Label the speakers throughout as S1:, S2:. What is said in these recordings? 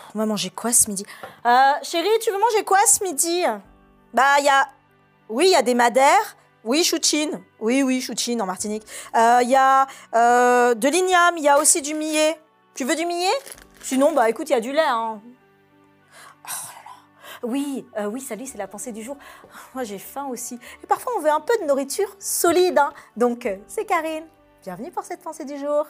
S1: On va manger quoi ce midi? Chérie, tu veux manger quoi ce midi? Bah, oui, il y a des madères. Oui, chouchine. Oui, chouchine en Martinique. Il y a de l'igname, il y a aussi du millet. Tu veux du millet? Sinon, bah écoute, il y a du lait. Hein. Oh là là. Oui, salut, c'est la pensée du jour. Moi, j'ai faim aussi. Et parfois, on veut un peu de nourriture solide. Hein. Donc, c'est Karine. Bienvenue pour cette pensée du jour.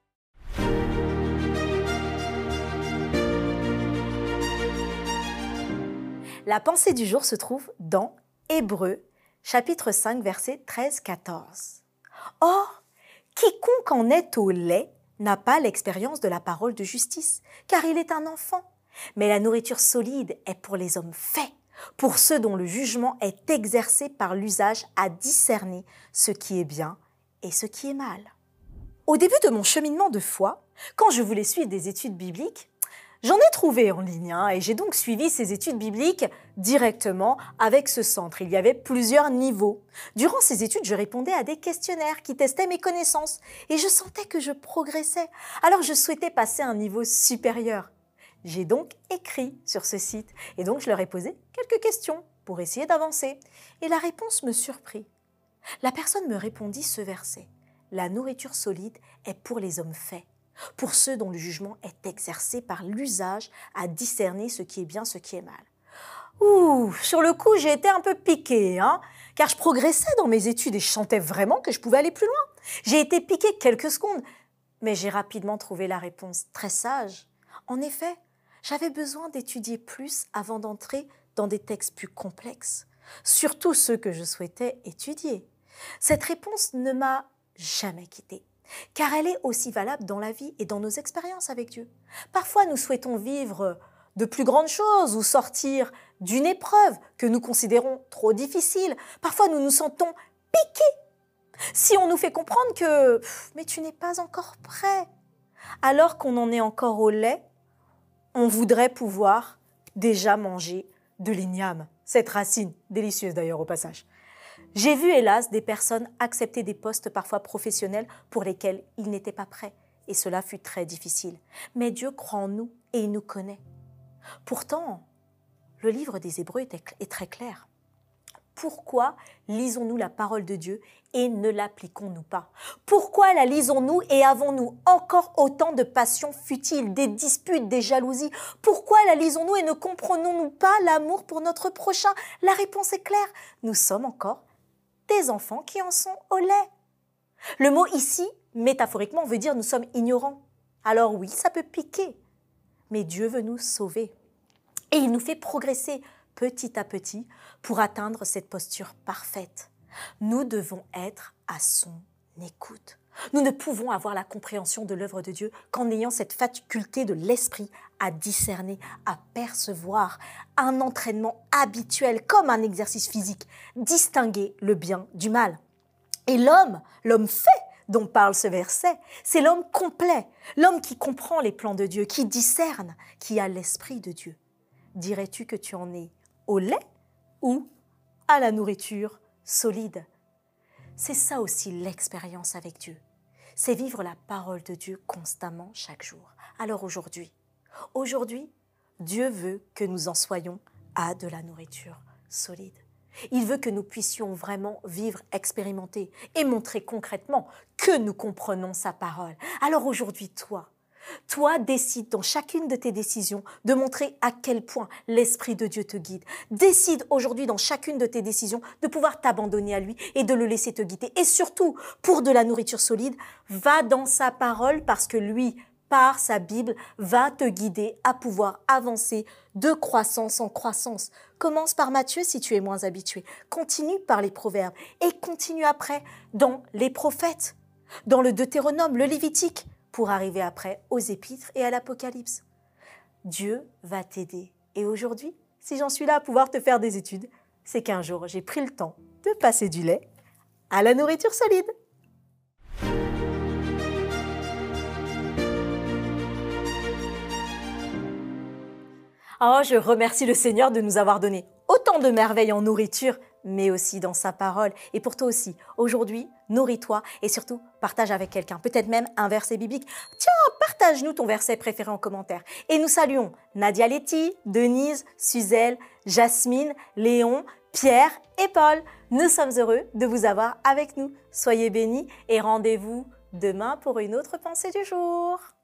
S1: La pensée du jour se trouve dans Hébreux, chapitre 5, versets 13-14. Or, quiconque en est au lait n'a pas l'expérience de la parole de justice, car il est un enfant. Mais la nourriture solide est pour les hommes faits, pour ceux dont le jugement est exercé par l'usage à discerner ce qui est bien et ce qui est mal. Au début de mon cheminement de foi, quand je voulais suivre des études bibliques, j'en ai trouvé en ligne et j'ai donc suivi ces études bibliques directement avec ce centre. Il y avait plusieurs niveaux. Durant ces études, je répondais à des questionnaires qui testaient mes connaissances et je sentais que je progressais. Alors je souhaitais passer à un niveau supérieur. J'ai donc écrit sur ce site et donc je leur ai posé quelques questions pour essayer d'avancer. Et la réponse me surprit. La personne me répondit ce verset. La nourriture solide est pour les hommes faits, pour ceux dont le jugement est exercé par l'usage à discerner ce qui est bien, ce qui est mal. Ouh, sur le coup, j'ai été un peu piquée, car je progressais dans mes études et je sentais vraiment que je pouvais aller plus loin. J'ai été piquée quelques secondes, mais j'ai rapidement trouvé la réponse très sage. En effet, j'avais besoin d'étudier plus avant d'entrer dans des textes plus complexes, surtout ceux que je souhaitais étudier. Cette réponse ne m'a jamais quittée. Car elle est aussi valable dans la vie et dans nos expériences avec Dieu. Parfois, nous souhaitons vivre de plus grandes choses ou sortir d'une épreuve que nous considérons trop difficile. Parfois, nous nous sentons piqués. Si on nous fait comprendre que « mais tu n'es pas encore prêt », alors qu'on en est encore au lait, on voudrait pouvoir déjà manger de l'igname, cette racine, délicieuse d'ailleurs au passage. J'ai vu, hélas, des personnes accepter des postes parfois professionnels pour lesquels ils n'étaient pas prêts. Et cela fut très difficile. Mais Dieu croit en nous et il nous connaît. Pourtant, le livre des Hébreux est très clair. Pourquoi lisons-nous la parole de Dieu et ne l'appliquons-nous pas? Pourquoi la lisons-nous et avons-nous encore autant de passions futiles, des disputes, des jalousies? Pourquoi la lisons-nous et ne comprenons-nous pas l'amour pour notre prochain? La réponse est claire. Nous sommes encore des enfants qui en sont au lait. Le mot ici, métaphoriquement, veut dire nous sommes ignorants. Alors oui, ça peut piquer, mais Dieu veut nous sauver. Et il nous fait progresser petit à petit pour atteindre cette posture parfaite. Nous devons être à son écoute. Nous ne pouvons avoir la compréhension de l'œuvre de Dieu qu'en ayant cette faculté de l'esprit à discerner, à percevoir, un entraînement habituel comme un exercice physique, distinguer le bien du mal. Et l'homme fait dont parle ce verset, c'est l'homme complet, l'homme qui comprend les plans de Dieu, qui discerne, qui a l'esprit de Dieu. Dirais-tu que tu en es au lait ou à la nourriture solide? C'est ça aussi l'expérience avec Dieu. C'est vivre la parole de Dieu constamment chaque jour. Alors aujourd'hui, Dieu veut que nous en soyons à de la nourriture solide. Il veut que nous puissions vraiment vivre, expérimenter et montrer concrètement que nous comprenons sa parole. Alors aujourd'hui, toi, décide dans chacune de tes décisions de montrer à quel point l'Esprit de Dieu te guide. Décide aujourd'hui dans chacune de tes décisions de pouvoir t'abandonner à lui et de le laisser te guider. Et surtout, pour de la nourriture solide, va dans sa parole parce que lui, par sa Bible, va te guider à pouvoir avancer de croissance en croissance. Commence par Matthieu si tu es moins habitué. Continue par les Proverbes et continue après dans les prophètes, dans le Deutéronome, le Lévitique, pour arriver après aux Épîtres et à l'Apocalypse. Dieu va t'aider. Et aujourd'hui, si j'en suis là à pouvoir te faire des études, c'est qu'un jour, j'ai pris le temps de passer du lait à la nourriture solide. Oh, je remercie le Seigneur de nous avoir donné autant de merveilles en nourriture, mais aussi dans sa parole. Et pour toi aussi, aujourd'hui, nourris-toi et surtout, partage avec quelqu'un, peut-être même un verset biblique. Tiens, partage-nous ton verset préféré en commentaire. Et nous saluons Nadia Letty, Denise, Suzelle, Jasmine, Léon, Pierre et Paul. Nous sommes heureux de vous avoir avec nous. Soyez bénis et rendez-vous demain pour une autre pensée du jour.